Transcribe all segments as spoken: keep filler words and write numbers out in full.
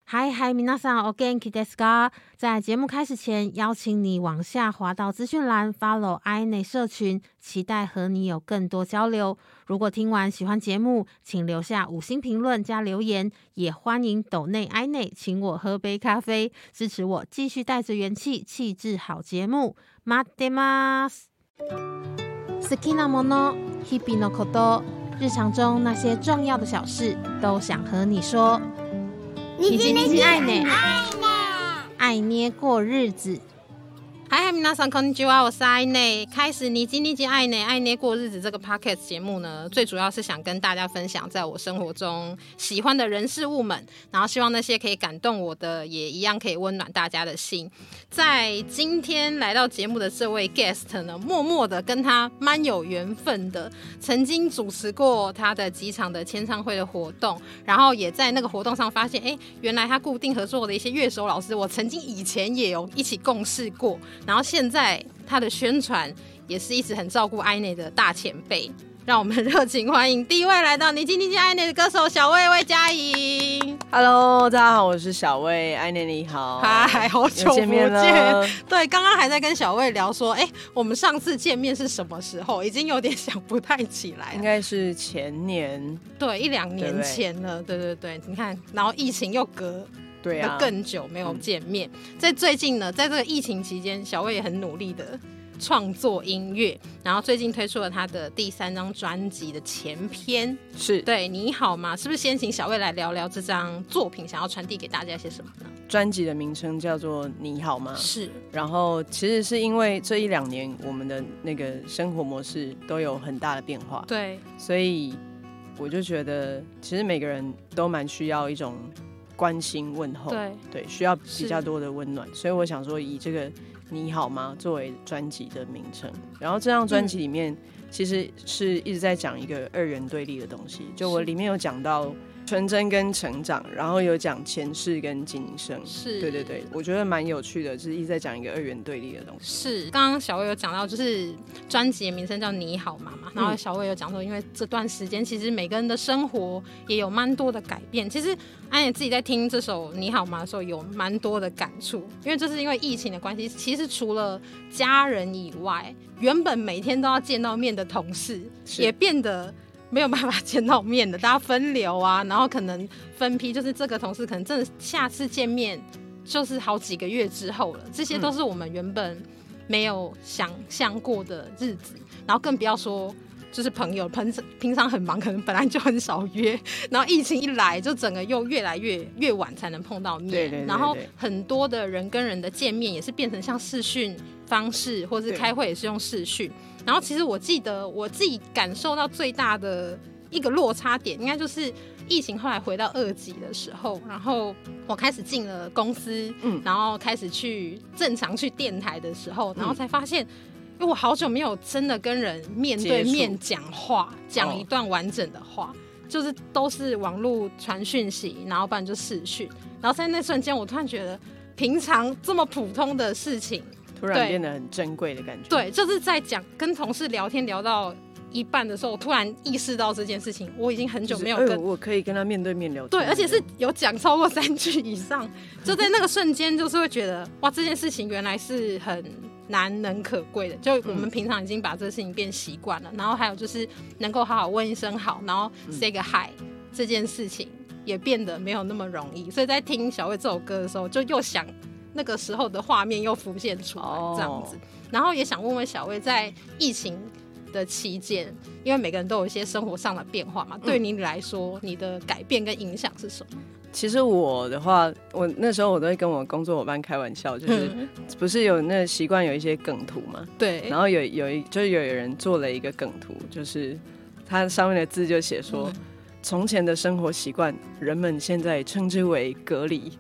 嗨嗨，皆さんお元気ですか？在节目开始前，邀请你往下滑到资讯栏 follow I N E 社群，期待和你有更多交流。如果听完喜欢节目，请留下五星评论加留言，也欢迎抖内 I N E 请我喝杯咖啡，支持我继续带着元气，气质好节目。待ってます。好きなもの、日々のこと、日常中那些重要的小事，都想和你说。你今天爱呢？爱捏过日子。嗨嗨，皆さんこんにちは，我是爱捏。开始你今天爱呢？爱捏过日子这个 podcast 节目呢，最主要是想跟大家分享在我生活中喜欢的人事物们，然后希望那些可以感动我的，也一样可以温暖大家的心。在今天来到节目的这位 guest 呢，默默的跟他蛮有缘分的，曾经主持过他的几场的签唱会的活动，然后也在那个活动上发现，哎，原来他固定合作的一些乐手老师，我曾经以前也有一起共事过。然后现在他的宣传也是一直很照顾I N E的大前辈，让我们热情欢迎第一位来到你今天I N E的歌手小魏魏佳莹。 Hello， 大家好，我是小魏，I N E你好， 嗨，好久不见。对，刚刚还在跟小魏聊说，哎，我们上次见面是什么时候？已经有点想不太起来了， 应该是前年， 对，一两年前了，对对对，你看，然后疫情又隔。 对啊， 更久没有见面、嗯、在最近呢，在这个疫情期间，小魏也很努力的创作音乐，然后最近推出了他的第三张专辑的前篇， 是对你好吗？是不是先请小魏来聊聊这张作品想要传递给大家些什么呢？ 专辑的名称叫做你好吗？ 是， 然后其实是因为这一两年我们的那个生活模式都有很大的变化， 对， 所以我就觉得其实每个人都蛮需要一种关心问候， 对, 对，需要比较多的温暖，所以我想说以这个你好吗作为专辑的名称。然后这张专辑里面、嗯、其实是一直在讲一个二元对立的东西，就我里面有讲到纯真跟成长，然后有讲前世跟今生，是，对对对，我觉得蛮有趣的，就是一直在讲一个二元对立的东西。 是，刚刚小魏有讲到，就是专辑的名称叫你好吗嘛，然后小魏有讲说，因为这段时间其实每个人的生活也有蛮多的改变，其实安也自己在听这首你好吗的时候有蛮多的感触，因为这是因为疫情的关系，其实除了家人以外，原本每天都要见到面的同事也变得没有办法见到面的，大家分流啊，然后可能分批，就是这个同事可能真的下次见面就是好几个月之后了，这些都是我们原本没有想象过的日子，然后更不要说就是朋友，平常很忙，可能本来就很少约，然后疫情一来，就整个又越来越越晚才能碰到面，对对对对，然后很多的人跟人的见面也是变成像视讯方式，或是开会也是用视讯。然后其实我记得我自己感受到最大的一个落差点，应该就是疫情后来回到二级的时候，然后我开始进了公司、嗯、然后开始去正常去电台的时候，然后才发现、嗯因为我好久没有真的跟人面对面讲话，讲一段完整的话、哦、就是都是网络传讯息，然后不然就视讯，然后在那瞬间我突然觉得平常这么普通的事情突然变得很珍贵的感觉。 对，就是在讲跟同事聊天聊到一半的时候，我突然意识到这件事情，我已经很久没有跟、就是欸、 我可以跟他面对面聊天， 对，而且是有讲超过三句以上，就在那个瞬间就是会觉得哇，这件事情原来是很难能可贵的，就我们平常已经把这个事情变习惯了、嗯、然后还有就是能够好好问一声好，然后 say 个 hi、嗯、这件事情也变得没有那么容易，所以在听小魏这首歌的时候就又想那个时候的画面又浮现出来这样子、哦、然后也想问问小魏在疫情的期间，因为每个人都有一些生活上的变化嘛、嗯、对你来说你的改变跟影响是什么？ 其实我的话，我那时候我都会跟我工作伙伴开玩笑，就是不是有那习惯有一些梗图嘛？对。然后有有一就是有人做了一个梗图，就是它上面的字就写说，嗯、从前的生活习惯，人们现在称之为隔离。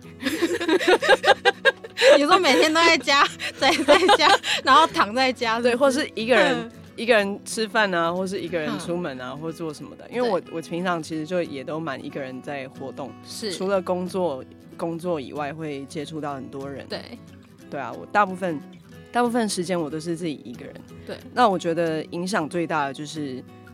你说每天都在家，在在家，然后躺在家是不是， 对，或是一个人。嗯一个人吃饭啊，或是一个人出门啊、嗯、或做什么的，因为我我平常其实就也都蛮一个人在活动，是除了工作工作以外会接触到很多人，对对啊，我大部分大部分时间我都是自己一个人，对，那我觉得影响最大的就是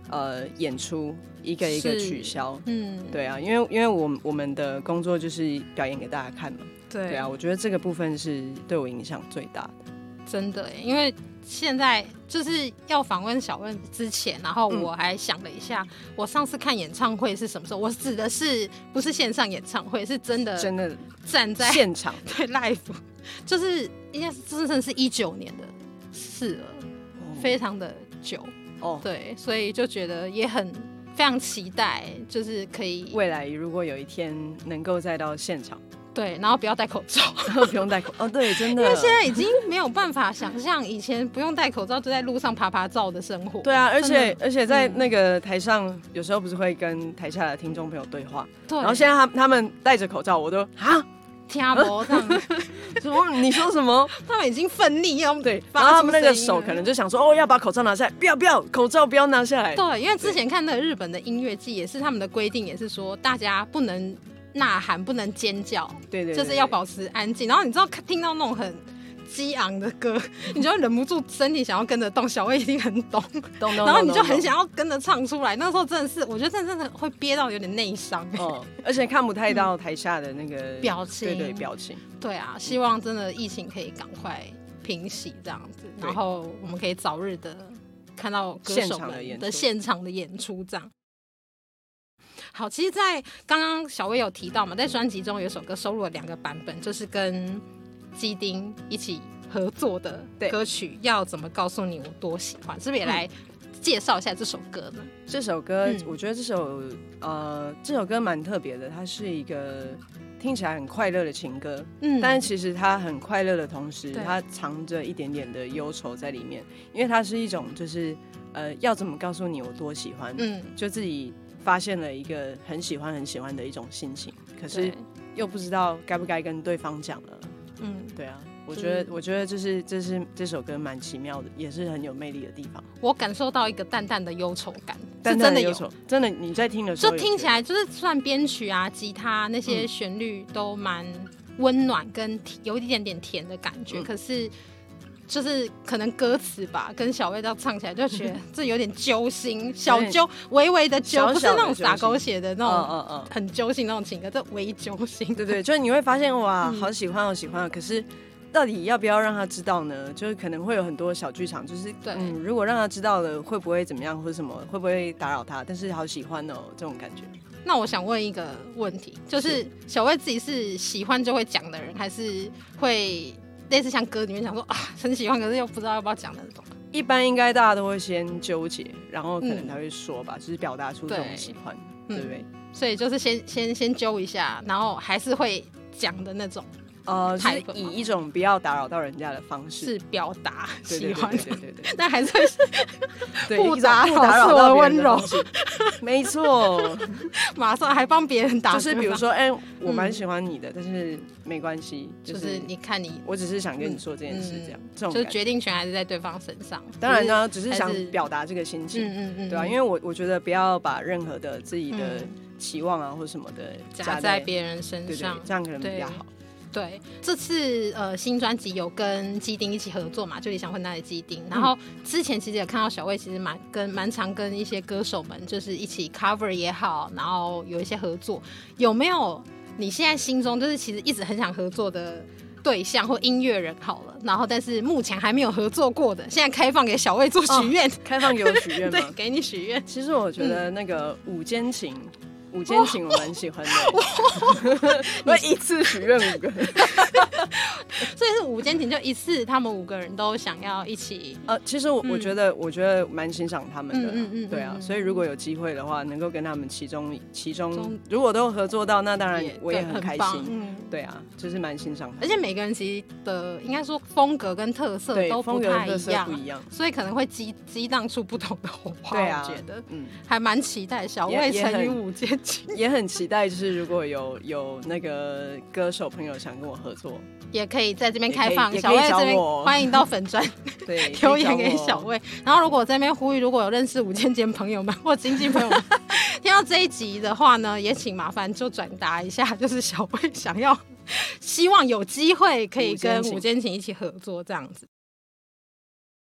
呃演出一个一个取消。 嗯， 对啊，因为因为我我们的工作就是表演给大家看嘛。 对， 对啊，我觉得这个部分是对我影响最大的。 真的耶，因为现在就是要访问小魏之前，然后我还想了一下，嗯、我上次看演唱会是什么时候？我指的是不是线上演唱会，是真的真的站在现场， 对 live， 就是应该是真的是一九年的事了，哦、非常的久哦。对，所以就觉得也很非常期待，就是可以未来如果有一天能够再到现场。 对，然后不要戴口罩， 不用戴口罩哦，对，真的， 因为现在已经没有办法想象以前不用戴口罩就在路上爬爬照的生活。 对啊，而且而且在那个台上，嗯、有时候不是会跟台下的听众朋友对话，对，然后现在他他们戴着口罩，我都啊听不上， 什么？你说什么？ 他们已经奋力要对，然后他们那个手可能就想说，哦，要把口罩拿下来，不要不要，口罩不要拿下来。 对，因为之前看那个日本的音乐季，也是他们的规定，也是说大家不能呐喊，不能尖叫， 对 对, 对， 就是要保持安静。然后你知道听到那种很激昂的歌，你就会忍不住身体想要跟着动。小魏一定很懂，懂然后你就很想要跟着唱出来。那时候真的是，我觉得真的真的会憋到有点内伤， 哦，而且看不太到台下的那个、嗯、 表情， 对对表情。 对啊，希望真的疫情可以赶快平息这样子，然后我们可以早日的看到歌手们的现场的演出这样。好，其实在刚刚小魏有提到嘛，在专辑中有首歌收录了两个版本，就是跟基丁一起合作的歌曲，要怎么告诉你我多喜欢，是不是也来介绍一下这首歌呢？嗯、 这首歌、嗯、我觉得这首呃这首歌蛮特别的，它是一个听起来很快乐的情歌，嗯，但是其实它很快乐的同时，它藏着一点点的忧愁在里面，因为它是一种就是呃要怎么告诉你我多喜欢，嗯，就自己发现了一个很喜欢很喜欢的一种心情，可是又不知道该不该跟对方讲了。嗯，对啊，我觉得我觉得这是这是这首歌蛮奇妙的，也是很有魅力的地方。 我感受到一个淡淡的忧愁感， 淡淡的忧愁，真的你在听的时候就听起来就是算编曲啊、吉他那些旋律都蛮温暖，跟有一点点甜的感觉，嗯、可是。就是可能歌词吧，跟小魏这样唱起来就觉得这有点揪心，小揪，微微的揪，不是那种撒狗血的那种，很揪心那种情歌，这微揪心。 对对，就是你会发现哇，好喜欢，好喜欢，可是到底要不要让他知道呢？就是可能会有很多小剧场，就是嗯，如果让他知道了，会不会怎么样，或者什么，会不会打扰他？但是好喜欢哦，这种感觉。 那我想问一个问题，就是小魏自己是喜欢就会讲的人，还是会？类似像歌里面讲说啊很喜欢，可是又不知道要不要讲的那种。 一般应该大家都会先纠结，然后可能才会说吧，嗯、就是表达出这种喜欢， 对, 对不对、嗯？ 所以就是先先先揪一下，然后还是会讲的那种。 呃，就是以一种不要打扰到人家的方式是表达喜欢的， 对对对对， 但还是会对不打扰到温柔， 没错， 马上还帮别人打， 就是比如说，哎、欸，我蛮喜欢你的，嗯、但是没关系， 就是、就是你看你， 我只是想跟你说这件事，这样，嗯、这种就是决定权还是在对方身上。 当然呢，只是想表达这个心情，嗯嗯嗯，对吧、啊？因为我我觉得不要把任何的自己的期望啊或什么的加在别人身上，对对对， 这样可能比较好。 对，这次呃新专辑有跟基丁一起合作嘛，就理想混蛋的基丁。然后之前其实也看到小魏其实蛮跟蛮常跟一些歌手们就是一起 cover 也好，然后有一些合作。有没有你现在心中就是其实一直很想合作的对象或音乐人好了，然后但是目前还没有合作过的，现在开放给小魏做许愿、哦， 开放给我许愿吗？ 对，给你许愿。 其实我觉得那个五间情。嗯五间情我蛮喜欢的，我一次许愿五个人， 所以是五间情就一次，他们五个人都想要一起。 呃，其实我、嗯、我觉得我觉得蛮欣赏他们的，嗯嗯嗯对啊，所以如果有机会的话，能够跟他们其中其中如果都合作到，那当然我也很开心，嗯，对啊，就是蛮欣赏他们。 而且每个人其实的应该说风格跟特色都不太一样，不一样，所以可能会激激荡出不同的火花。对啊，我觉得嗯，还蛮期待小魏成于五间。 也很期待，就是如果有有那个歌手朋友想跟我合作， 也可以在这边开放。小魏这边欢迎到粉专对留言给小魏。然后如果在这边呼吁，如果有认识五间间朋友们或经纪朋友们听到这一集的话呢，也请麻烦就转达一下，就是小魏想要希望有机会可以跟五间情一起合作这样子。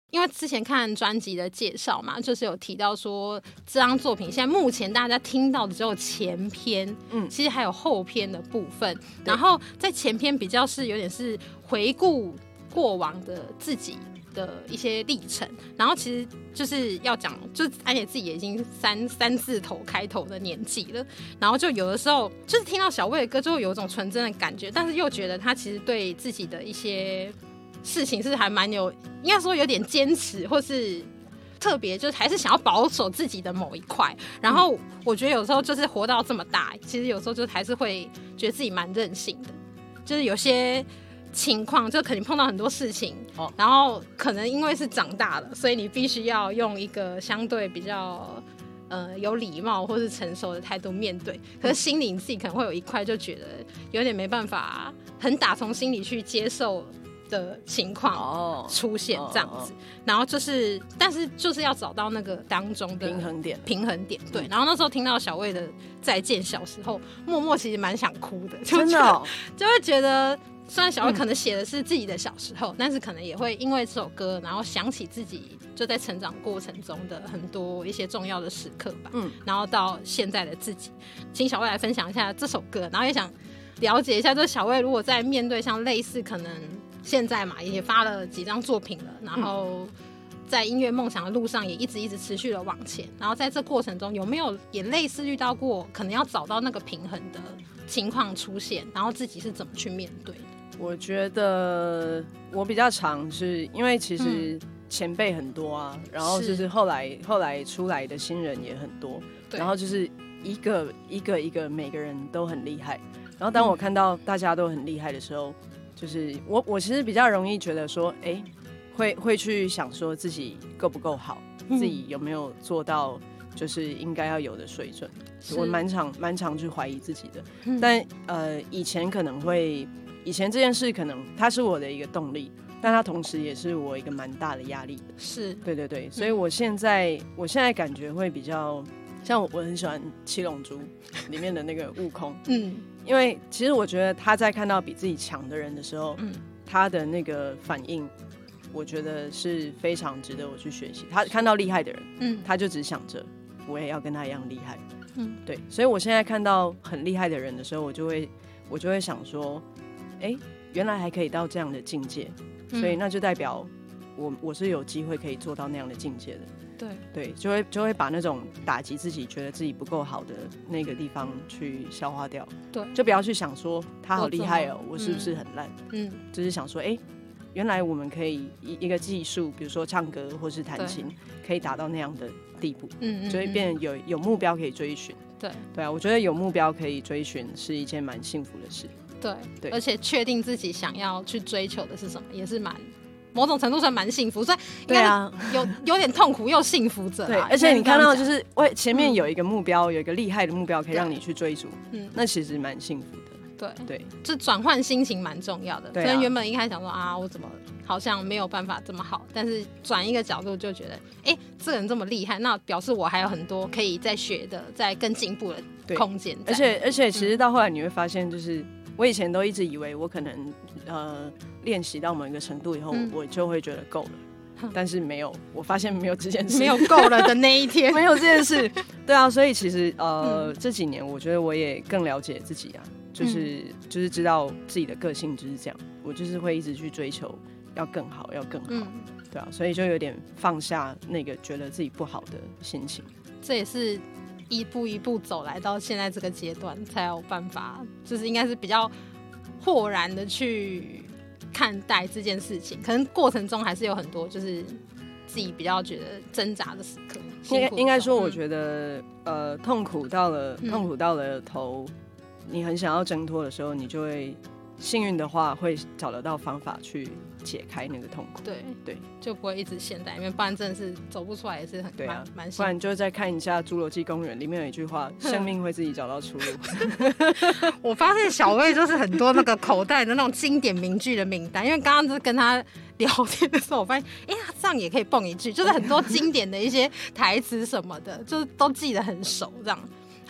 因为之前看专辑的介绍嘛，就是有提到说这张作品现在目前大家听到的只有前篇，嗯，其实还有后篇的部分。然后在前篇比较是有点是回顾过往的自己的一些历程，然后其实就是要讲，就是安姐自己也已经三三字头开头的年纪了，然后就有的时候就是听到小魏的歌，就会有一种纯真的感觉，但是又觉得他其实对自己的一些事情是还蛮有，应该说有点坚持，或是特别就是还是想要保守自己的某一块。然后我觉得有时候就是活到这么大，其实有时候就还是会觉得自己蛮任性的，就是有些情况就可能碰到很多事情、哦、然后可能因为是长大了，所以你必须要用一个相对比较呃有礼貌或是成熟的态度面对，可是心里你自己可能会有一块就觉得有点没办法很打从心里去接受的情况出现这样子、哦哦哦、然后就是但是就是要找到那个当中的平衡点平衡点对、嗯、然后那时候听到小魏的再见小时候，默默其实蛮想哭的，就真的、哦、 就会觉得虽然小魏可能写的是自己的小时候、嗯、但是可能也会因为这首歌然后想起自己就在成长过程中的很多一些重要的时刻吧、嗯、然后到现在的自己，请小魏来分享一下这首歌，然后也想了解一下，就是小魏如果在面对像类似可能现在嘛也发了几张作品了，然后在音乐梦想的路上也一直一直持续的往前，然后在这过程中有没有也类似遇到过可能要找到那个平衡的情况出现，然后自己是怎么去面对的？ 我觉得我比较常是因为其实前辈很多啊、嗯、然后就是后来后来出来的新人也很多，然后就是一个一个一个每个人都很厉害，然后当我看到大家都很厉害的时候、嗯、就是我我其实比较容易觉得说哎、欸，会会去想说自己够不够好、嗯、自己有没有做到就是应该要有的水准，我蛮常蛮常去怀疑自己的、嗯、但呃以前可能会以前这件事可能它是我的一个动力，但它同时也是我一个蛮大的压力的， 是对对对，所以我现在、嗯、我现在感觉会比较像 我, 我很喜欢七龙珠里面的那个悟空嗯，因为其实我觉得他在看到比自己强的人的时候、嗯、他的那个反应我觉得是非常值得我去学习，他看到厉害的人、嗯、他就只想着我也要跟他一样厉害、嗯、对，所以我现在看到很厉害的人的时候，我就会我就会想说哎，原来还可以到这样的境界、嗯、所以那就代表我我是有机会可以做到那样的境界的， 对对， 就会就会把那种打击自己觉得自己不够好的那个地方去消化掉， 对， 就不要去想说他好厉害哦 我, 我是不是很烂，嗯，就是想说哎，原来我们可以一个技术比如说唱歌或是弹琴可以达到那样的地步，嗯嗯嗯，就会变成有有目标可以追寻，对对啊，我觉得有目标可以追寻是一件蛮幸福的事， 对对，而且确定自己想要去追求的是什么也是蛮某种程度上蛮幸福，所以应该有有点痛苦又幸福着。 对，而且你看到就是喂前面有一个目标、嗯，有一个厉害的目标可以让你去追逐，嗯，那其实蛮幸福的。 对对， 就转换心情蛮重要的。对、啊，所以原本一开始想说啊，我怎么好像没有办法这么好，但是转一个角度就觉得，哎、欸，这个人这么厉害，那表示我还有很多可以再学的、再更进步的空间。 而且而且，其实到后来你会发现，就是、嗯、我以前都一直以为我可能呃练习到某一个程度以后，嗯、我就会觉得够了。但是没有，我发现没有这件事， 没有够了的那一天， 没有这件事。对啊，所以其实呃、嗯、这几年我觉得我也更了解自己啊，就是、嗯、就是知道自己的个性就是这样，我就是会一直去追求要更好，要更好、嗯。对啊，所以就有点放下那个觉得自己不好的心情。 这也是一步一步走来到现在这个阶段，才有办法，就是应该是比较豁然的去看待这件事情，可能过程中还是有很多就是自己比较觉得挣扎的时刻。 应该应该说，我觉得、嗯、呃，痛苦到了痛苦到了头、嗯，你很想要挣脱的时候，你就会幸运的话会找得到方法去解开那个痛苦。 对对， 就不会一直陷在里面，不然真的是走不出来，也是很对啊，蛮。 不然就再看一下《侏罗纪公园》里面有一句话：“生命会自己找到出路。” 我发现小魏就是很多那个口袋的那种经典名句的名单，因为刚刚就是跟他聊天的时候，我发现，哎、欸，他这样也可以蹦一句，就是很多经典的一些台词什么的，就是都记得很熟。这样好，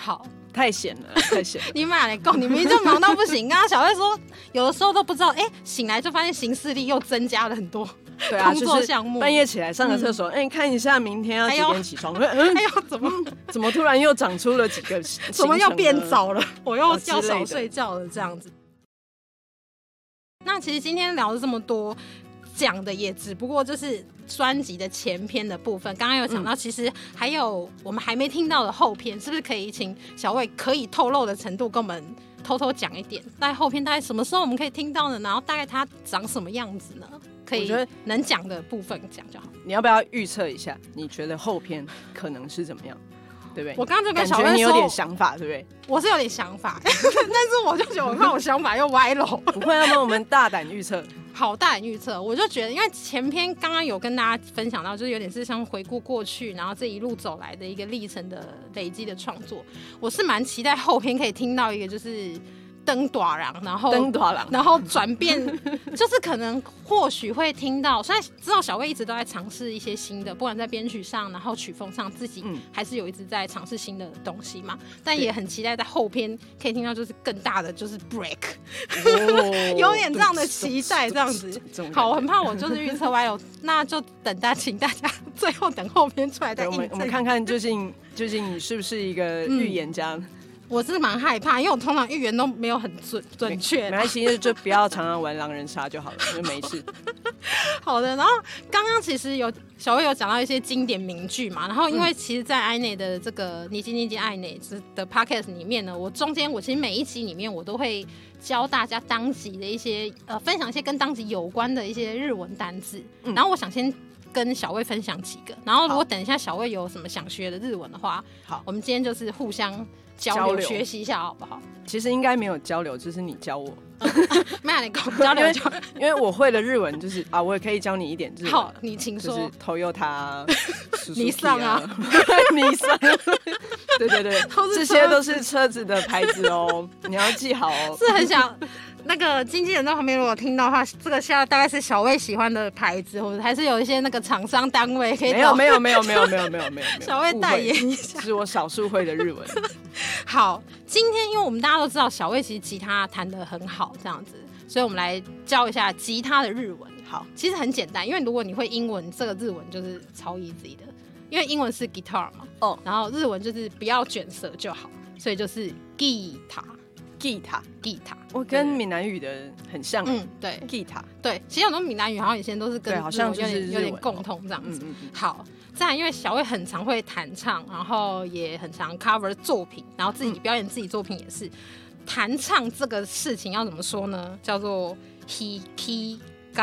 太闲了，太闲了。 你妈来够，你明明就忙到不行。刚刚小慧说，有的时候都不知道，哎、欸，醒来就发现行事历又增加了很多。 对啊， 工作项目、 就是、半夜起来上个厕所，哎、嗯欸，看一下明天要几点起床？哎呦，哎呦，怎么怎么突然又长出了几个？ 怎么又变早了？我又要少睡觉了，这样子。那其实今天聊了这么多，讲的也只不过就是专辑的前篇的部分。刚刚有讲到，其实还有我们还没听到的后篇，是不是可以请小魏可以透露的程度跟我们偷偷讲一点？大概后篇大概什么时候我们可以听到呢？然后大概它长什么样子呢？可以能讲的部分讲就好。 你要不要预测一下？你觉得后篇可能是怎么样？对不对？ 我刚刚就跟小薇说， 你有点想法，对不对？ 我是有点想法，但是我就觉得我怕我想法又歪了。 不会，要不然我们大胆预测。 好，大胆预测，我就觉得，因为前篇刚刚有跟大家分享到，就是有点是像回顾过去，然后这一路走来的一个历程的累积的创作。我是蛮期待后篇可以听到一个就是。登大人，然后登大人， 然后转变，就是可能或许会听到。虽然知道小魏一直都在尝试一些新的，不管在编曲上，然后曲风上，自己还是有一直在尝试新的东西嘛。但也很期待在后篇可以听到就是更大的就是 break，、哦、有点这样的期待，这样子。好，我很怕我就是预测歪了，那就等大请大家最后等后篇出来再印证。我们我们看看究竟究竟你是不是一个预言家。嗯， 我是蛮害怕，因为我通常预言都没有很准准确。 没关系，就不要常常玩狼人杀就好了，就没事。 好的，然后刚刚其实有小魏有讲到一些经典名句嘛，然后因为其实，在 iNet 的这个你今天今 iNet 的 podcast 里面呢，我中间我其实每一集里面我都会教大家当集的一些呃分享一些跟当集有关的一些日文单字，嗯、然后我想先跟小魏分享几个，然后如果等一下小魏有什么想学的日文的话，好，我们今天就是互相。交流学习一下好不好？ 其实应该没有交流，就是你教我。 没有你跟我交流就因为我会的日文就是啊，我也可以教你一点日文。 好，你请说。 就是 Toyota、 尼桑啊， 尼桑，对对对，这些都是车子的牌子哦，你要记好哦。 是很想那个经纪人在旁边，如果听到的话，这个下大概是小魏喜欢的牌子，或者还是有一些那个厂商单位可以。 没有没有没有没有没有没有没有， 小魏代言一下， 是我少数会的日文。 好，今天因为我们大家都知道小魏其实吉他弹得很好，这样子，所以我们来教一下吉他的日文。好，其实很简单，因为如果你会英文，这个日文就是超 easy 的，因为英文是 guitar 嘛，哦，然后日文就是不要卷舌就好，所以就是 guitar。guitar guitar 我跟闽南语的很像。 嗯，对 guitar 对，其实很多闽南语好像以前都是跟好像就是有点共通这样子。嗯嗯、好，再来因为小魏很常会弹唱，然后也很常 cover 作品，然后自己表演自己作品也是。弹唱这个事情要怎么说呢？叫做 hikigatari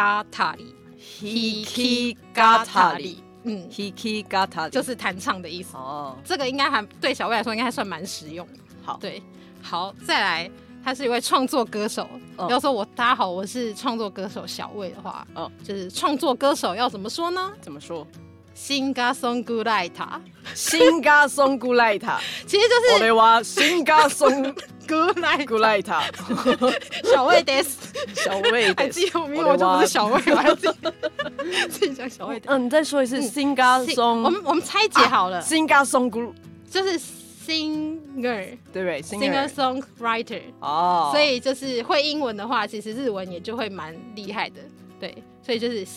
hikigatari 嗯 hikigatari 就是弹唱的意思。哦，这个应该还对小魏来说应该还算蛮实用。 好， 对，好，再来，他是一位创作歌手。哦、要说我大家好，我是创作歌手小魏的话，哦，就是创作歌手要怎么说呢？ 怎么说？ シンガーソングライター， シンガーソングライター， 其实就是俺はシンガーソングライター。小魏です， 小魏です。 还记得我名，我就不是小魏，我还自己自己讲小魏。 嗯，你再说一次，シンガーソン。 我们我们拆解好了， シンガーソング就是 singer， 对不对 ？singer songwriter。哦，所以就是会英文的话，其实日文也就会蛮厉害的。对，所以就是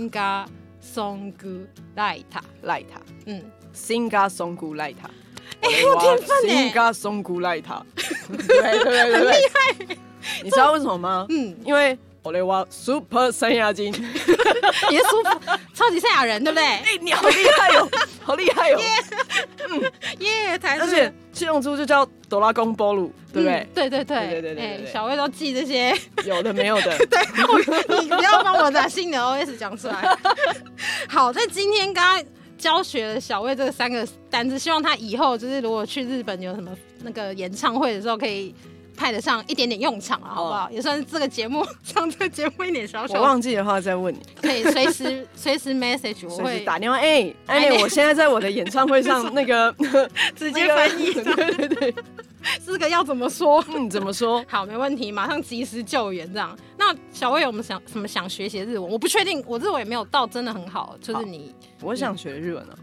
singer。songwriter， 嗯 ，singer songwriter， 哎，有天分哎 ，singer songwriter， 对对对对， 很厉害。 你知道为什么吗？嗯，因为我的哇 super 赛亚人， 你是 super 超级赛亚人，对不对？ 哎，你好厉害哦，好厉害哦， 嗯，耶， 而且七龙珠就叫哆啦公波鲁，对不对？ 对对对对对对对， 小魏都记这些有的没有的。 对，你不要帮我把新的 O S 讲出来。好，在今天刚刚教学了小魏这三个单字，希望他以后就是如果去日本有什么那个演唱会的时候，可以派得上一点点用场啊，好不好？哦、也算是这个节目上这个节目一点小小。 我忘记的话再问你， 可以随时随时 message， 我会打电话。哎、欸，哎，我现在在我的演唱会上，那个直接翻译。 对对对， 这个要怎么说？ 嗯，怎么说？ 好，没问题，马上及时救援这样。那小魏有没有想什么想学习的日文？我不确定，我日文也没有到真的很好，就是你。 我想学日文啊。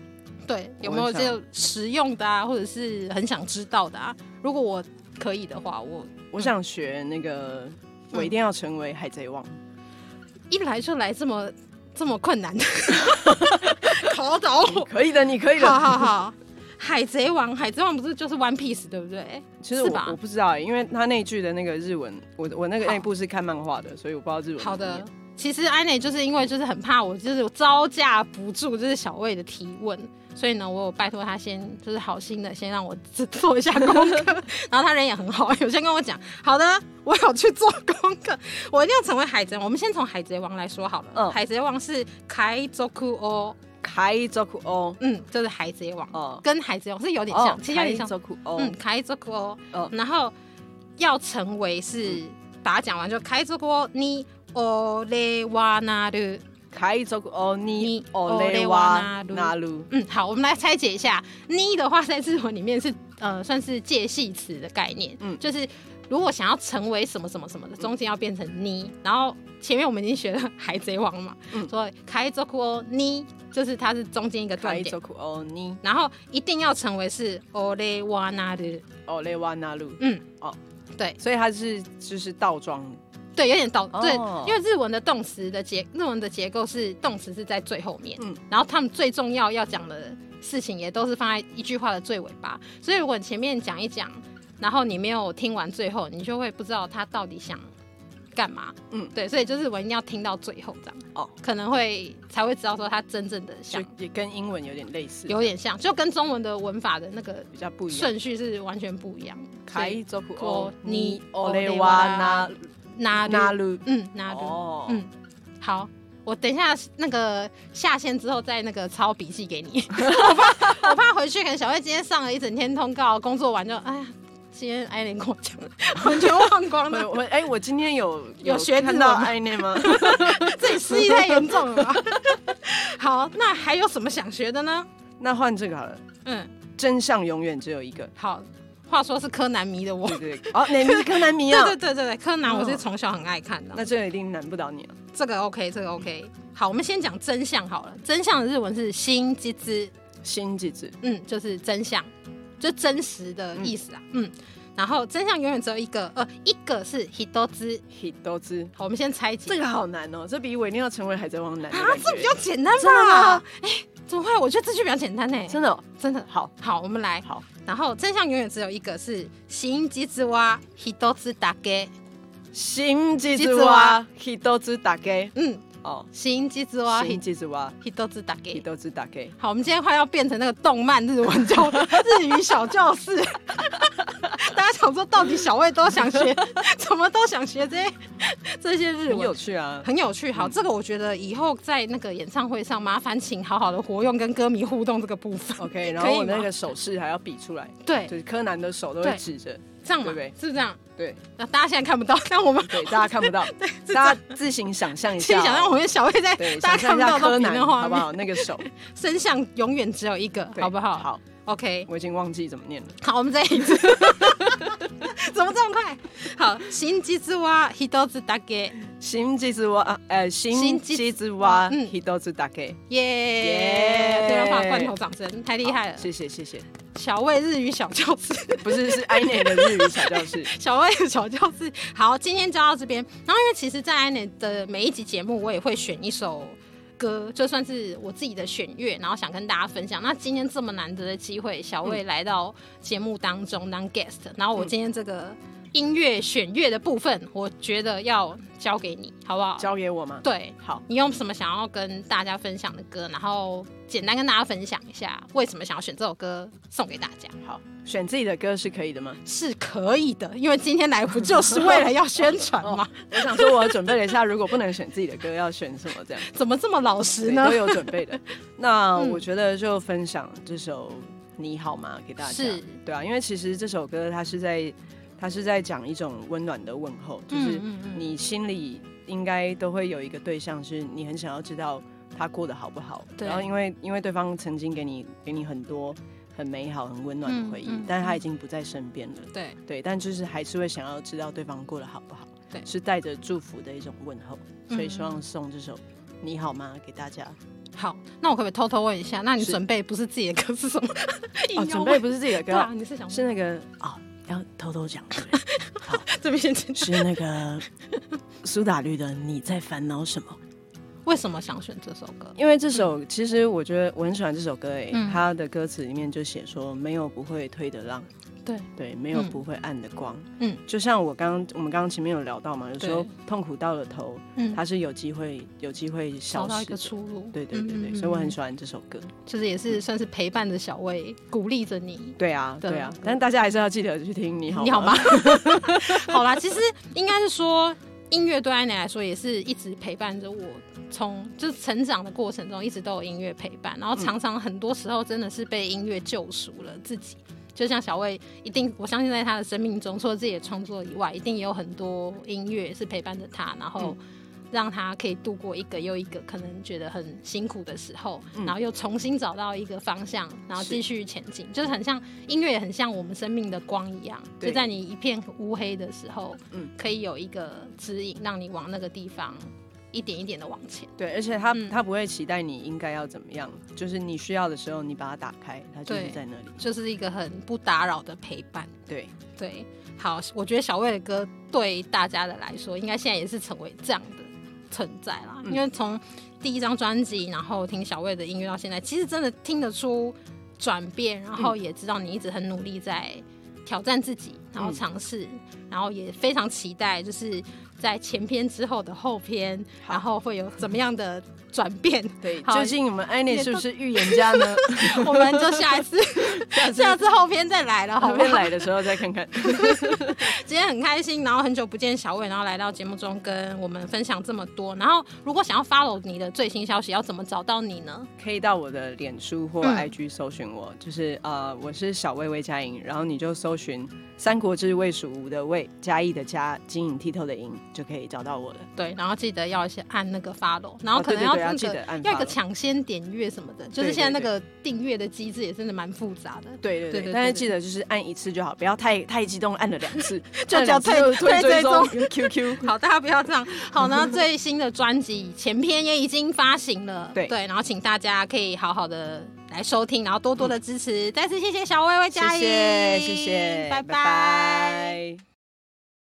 对，有没有这个实用的啊，或者是很想知道的啊？如果我可以的话，我我想学那个，嗯、我一定要成为海贼王。 一来就来这么这么困难的考倒我， 可以的，你可以的。 好好好，海贼王，海贼王不是就是 One Piece 对不对？ 其实 我, 我不知道、欸，因为他那句的那个日文，我我那个那部是看漫画的，所以我不知道日文。 好的。其实安内就是因为就是很怕我就是招架不住就是小魏的提问，所以呢我有拜托他先就是好心的先让我做一下功课然后他人也很好，有先跟我讲好的我有去做功课，我一定要成为海贼王。我们先从海贼王来说好了、嗯、海贼王是海賊王， 海賊王， 嗯，就是海贼王、哦、跟海贼王是有点像、哦、其实有點像海賊王， 嗯，海賊王、哦、然后要成为是、嗯、把它讲完就海賊王に俺はなる， 海賊王に俺はなる。 嗯，好，我们来拆解一下。你的话在日文里面是呃算是介系词的概念，嗯，就是如果想要成为什么什么什么的，中间要变成你，然后前面我们已经学了海贼王嘛，嗯，所以海賊王に就是它是中间一个断点， 海賊王に， 然後一定要成为是俺はなる， 俺はなる， 嗯，哦，对， 所以它是就是倒装。 对，有点倒、哦、对，因为日文的动词的结，日文的结构是动词是在最后面，嗯，然后他们最重要要讲的事情也都是放在一句话的最尾巴，所以如果你前面讲一讲，然后你没有听完最后，你就会不知道他到底想干嘛，嗯，对，所以就是我一定要听到最后这样，哦，可能会才会知道说他真正的想， 就也跟英文有点類似， 有点像，就跟中文的文法的那个比較不一樣， 順序是完全不一樣。 海賊王に俺はなる。 拿鲁，嗯，拿鲁，哦、嗯，好，我等一下那个下线之后再那个抄笔记给你，我怕我怕回去可能小魏今天上了一整天通告，工作完就哎呀，今天艾琳跟我讲，完全忘光了。 我哎、欸，我今天有有学看到艾琳吗？ 自己失忆太严重了吧？好，那还有什么想学的呢？ 那换这个好了，嗯，真相永远只有一个。 好。话说是柯南迷的我， 对对对，哦，你是柯南迷啊？ 对对对对，柯南我是从小很爱看的、哦。 那这个一定难不倒你了。 这个 OK， 这个 OK。好，我们先讲真相好了。真相的日文是新吉之， 新吉之， 嗯，就是真相，就真实的意思啊，嗯。嗯然后真相永远只有一个，呃，一个是一つ， 一つ。 好，我们先猜解。 这个好难哦，这比我一定要成为海贼王难啊！ 这比较简单吧？哎，怎么会？我觉得这句比较简单呢。 真的、哦， 真的。好，好，我们来。好。然后真相永远只有一个是新吉之は一つだけ。 新吉之は一つだけ。嗯。 哦，新吉之は新吉之は一つだけ。 一つだけ。 好，我们今天快要变成那个动漫日文教日语小教室。大家想说，到底小魏都想学，怎么都想学这些这些日文， 很有趣啊， 很有趣。好，嗯、这个我觉得以后在那个演唱会上，麻烦请好好的活用跟歌迷互动这个部分。 OK， 然后我那个手势还要比出来， 对， 就是柯南的手都会指着， 这样嘛， 对不对？ 是这样。 对， 那大家现在看不到，但我们对大家看不到，对，大家自行想象一下、哦， 自行想象我们小魏在大家看不到柯南的画面，好不好？那个手， 真相永远只有一个，好不好？ 好 ，OK， 我已经忘记怎么念了。 好，我们再一次，怎么这么快？好，新吉之は一つだけ。 新吉之は呃，新吉之は一つだけ。 耶！对，要放罐头掌声，太厉害了！ 谢谢谢谢。 小魏日语小教室不是是 I N E 的日语小教室， 小魏的小教室。好，今天教到这边。然后因为其实，在 I N E 的每一集节目，我也会选一首歌，就算是我自己的选乐，然后想跟大家分享。那今天这么难得的机会，小魏来到节目当中当 guest， 然后我今天这个音乐选乐的部分，我觉得要交给你，好不好？ 交给我吗？ 对， 好。 你有什么想要跟大家分享的歌？然后简单跟大家分享一下，为什么想要选这首歌送给大家？ 好，选自己的歌是可以的吗？ 是可以的，因为今天来不就是为了要宣传吗？ 哦、我想说，我准备了一下，如果不能选自己的歌，要选什么？这样怎么这么老实呢？ 都有准备的。那我觉得就分享这首《你好吗》给大家。 是， 对啊，因为其实这首歌它是在。他是在讲一种温暖的问候，就是你心里应该都会有一个对象，是你很想要知道他过得好不好。然后因为因为对方曾经给你给你很多很美好、很温暖的回忆，嗯嗯、但是他已经不在身边了。 对对，但就是还是会想要知道对方过得好不好。 对， 是带着祝福的一种问候，所以希望送这首《你好吗》给大家。 好，那我可不可以偷偷问一下，那你准备不是自己的歌是什么？ 哦，准备不是自己的歌，对啊，你是想是那个哦，要偷偷讲。好， 这边先是那个苏打绿的《你在烦恼什么》。 为什么想选这首歌？ 因为这首、嗯、其实我觉得我很喜欢这首歌诶、嗯，它的歌词里面就写说没有不会退的浪， 对对，没有不会暗的光， 嗯， 就像我刚我们刚刚前面有聊到嘛，有时候痛苦到了头，嗯，它是有机会有机会消失找到一个出路， 对对对对、嗯，所以我很喜欢这首歌， 就是也是算是陪伴着小魏，鼓励着你， 对啊对啊，但是大家还是要记得去听你好你好吗？好啦，其实应该是说音乐对安妮来说也是一直陪伴着我。从就是成长的过程中一直都有音乐陪伴，然后常常很多时候真的是被音乐救赎了自己，就像小魏一定我相信在他的生命中除了自己的创作以外，一定也有很多音乐是陪伴着他，然后让他可以度过一个又一个可能觉得很辛苦的时候、嗯、然后又重新找到一个方向，然后继续前进，就是很像音乐也很像我们生命的光一样，就在你一片乌黑的时候、嗯、可以有一个指引让你往那个地方一点一点的往前。 对，而且他、嗯、他不会期待你应该要怎么样，就是你需要的时候你把它打开，它就是在那里， 就是一个很不打扰的陪伴。 对对，好，我觉得小魏的歌对大家的来说应该现在也是成为这样的存在啦、嗯、因为从第一张专辑然后听小魏的音乐到现在，其实真的听得出转变，然后也知道你一直很努力在挑战自己，然后尝试、嗯、然后也非常期待就是在前篇之后的后篇，然后会有怎么样的转变。 对，究竟我们安妮是不是预言家呢？ 我们就下一次下次下次后篇再来了， 后篇来的时候再看看。 今天很开心，然后很久不见小魏，然后来到节目中跟我们分享这么多。然后如果想要 follow 你的最新消息，要怎么找到你呢？ 可以到我的脸书或 I G 搜寻我、嗯、就是呃我是小魏魏佳莹，然后你就搜寻三国志魏蜀吴的魏，嘉义的嘉，晶莹剔透的莹，就可以找到我了。 对，然后记得要按那个 follow， 然后可能要那个、哦、对对对，要, 要一个抢先点阅什么的，就是现在那个订阅的机制也真的蛮复杂的。 对对 对, 对, 对, 对, 对，但是记得就是按一次就好，不要太太激动，按了两次就叫退退追踪 Q Q。 好，大家不要这样。好，那最新的专辑前篇也已经发行了， 对对，然后请大家可以好好的来收听，然后多多的支持。嗯、再次谢谢小魏魏佳莹， 谢谢谢谢， 拜拜。 拜拜。